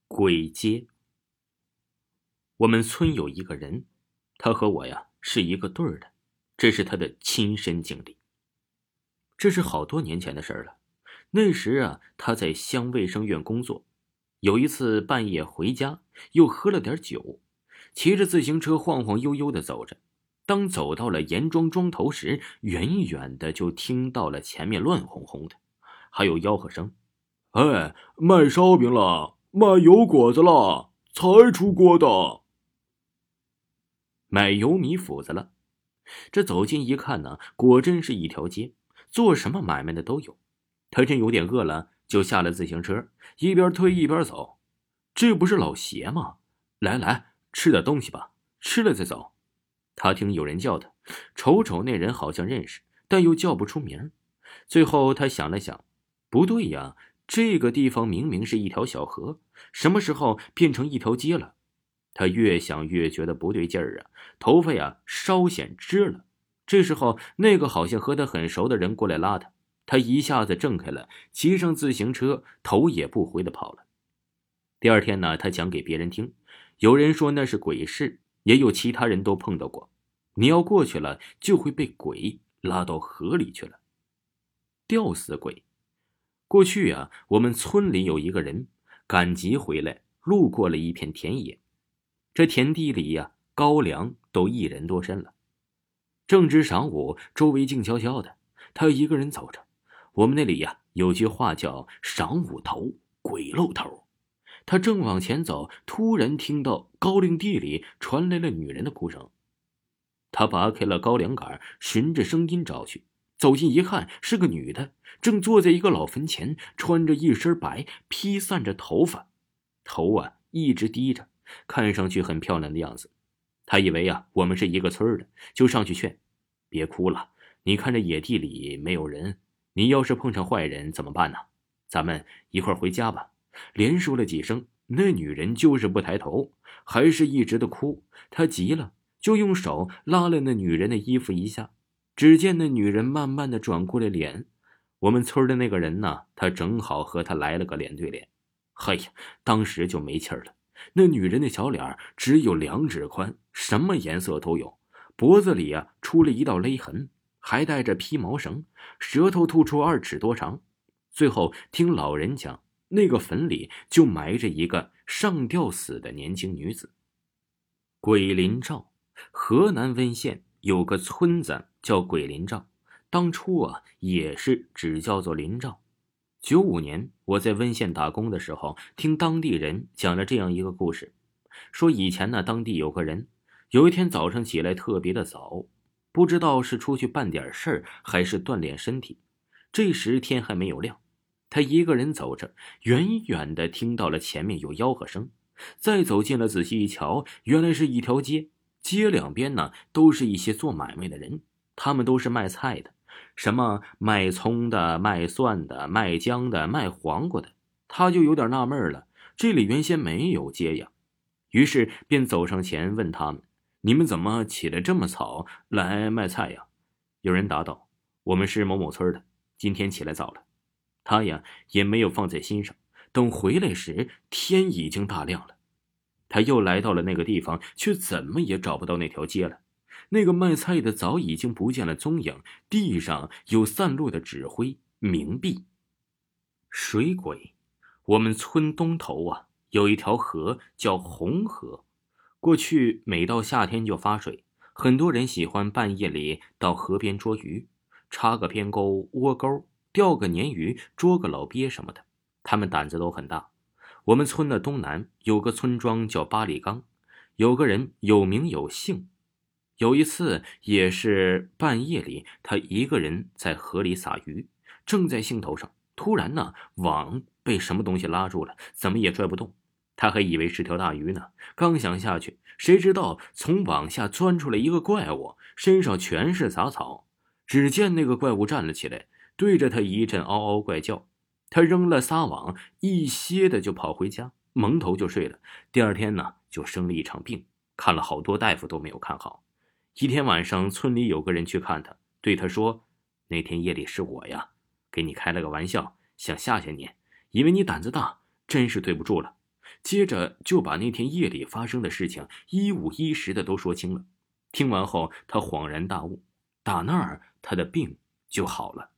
鬼街。我们村有一个人，他和我呀是一个对儿的，这是他的亲身经历。这是好多年前的事儿了。那时啊，他在乡卫生院工作。有一次半夜回家，又喝了点酒，骑着自行车晃晃悠悠的走着。当走到了严庄庄头时，远远的就听到了前面乱哄哄的，还有吆喝声：“ 哎，卖烧饼了，卖油果子了，才出锅的。” 买油米斧子了。这走近一看呢，果真是一条街，做什么买卖的都有。他真有点饿了，就下了自行车，一边推一边走。这不是老邪吗？来来，吃点东西吧，吃了再走。他听有人叫他，瞅瞅那人好像认识，但又叫不出名。最后他想了想，不对呀，这个地方明明是一条小河，什么时候变成一条街了？他越想越觉得不对劲儿啊，头发呀稍显直了。这时候那个好像和他很熟的人过来拉他，他一下子挣开了，骑上自行车，头也不回的跑了。第二天呢，他讲给别人听，有人说那是鬼事，也有其他人都碰到过。你要过去了，就会被鬼拉到河里去了。吊死鬼。过去啊，我们村里有一个人赶集回来，路过了一片田野。这田地里呀，高粱都一人多深了。正值晌午，周围静悄悄的，他一个人走着。我们那里呀，有句话叫晌午头，鬼露头。他正往前走，突然听到高粱地里传来了女人的哭声。他拔开了高粱杆，循着声音找去。走近一看，是个女的，正坐在一个老坟前，穿着一身白，披散着头发，头啊一直低着，看上去很漂亮的样子。他以为啊我们是一个村的，就上去劝：“别哭了，你看这野地里没有人，你要是碰上坏人怎么办呢？咱们一块回家吧。”连说了几声，那女人就是不抬头，还是一直的哭。他急了，就用手拉了那女人的衣服一下。只见那女人慢慢的转过了脸。我们村的那个人呢，他正好和他来了个脸对脸。嘿呀，当时就没气儿了。那女人的小脸只有2指宽，什么颜色都有，脖子里啊出了一道勒痕，还带着披毛绳，舌头吐出2尺多长。最后听老人讲，那个坟里就埋着一个上吊死的年轻女子。鬼林赵，河南温县有个村子叫鬼林赵，当初啊也是只叫做林赵。95年我在温县打工的时候，听当地人讲了这样一个故事，说以前呢当地有个人，有一天早上起来特别的早，不知道是出去办点事儿还是锻炼身体。这时天还没有亮，他一个人走着，远远的听到了前面有吆喝声，再走近了仔细一瞧，原来是一条街，街两边呢都是一些做买卖的人，他们都是卖菜的，什么卖葱的、卖蒜的、卖姜的、卖黄瓜的。他就有点纳闷了，这里原先没有街呀。于是便走上前问他们：“你们怎么起来这么早来卖菜呀？”有人答道：“我们是某某村的，今天起来早了。”他呀也没有放在心上，等回来时天已经大亮了。他又来到了那个地方，却怎么也找不到那条街了。那个卖菜的早已经不见了踪影，地上有散落的纸灰、冥币。水鬼。我们村东头啊有一条河叫红河，过去每到夏天就发水，很多人喜欢半夜里到河边捉鱼，插个偏钩、窝钩，钓个鲶鱼，捉个老鳖什么的，他们胆子都很大。我们村的东南有个村庄叫八里岗，有个人有名有姓。有一次也是半夜里，他一个人在河里撒鱼，正在兴头上，突然呢网被什么东西拉住了，怎么也拽不动。他还以为是条大鱼呢，刚想下去，谁知道从网下钻出来一个怪物，身上全是杂草。只见那个怪物站了起来，对着他一阵嗷嗷怪叫。他扔了撒网，一歇的就跑回家，蒙头就睡了。第二天呢就生了一场病，看了好多大夫都没有看好。一天晚上，村里有个人去看他，对他说：“那天夜里是我呀，给你开了个玩笑，想吓吓你，因为你胆子大，真是对不住了。” 接着就把那天夜里发生的事情一五一十的都说清了。听完后，他恍然大悟，打那儿他的病就好了。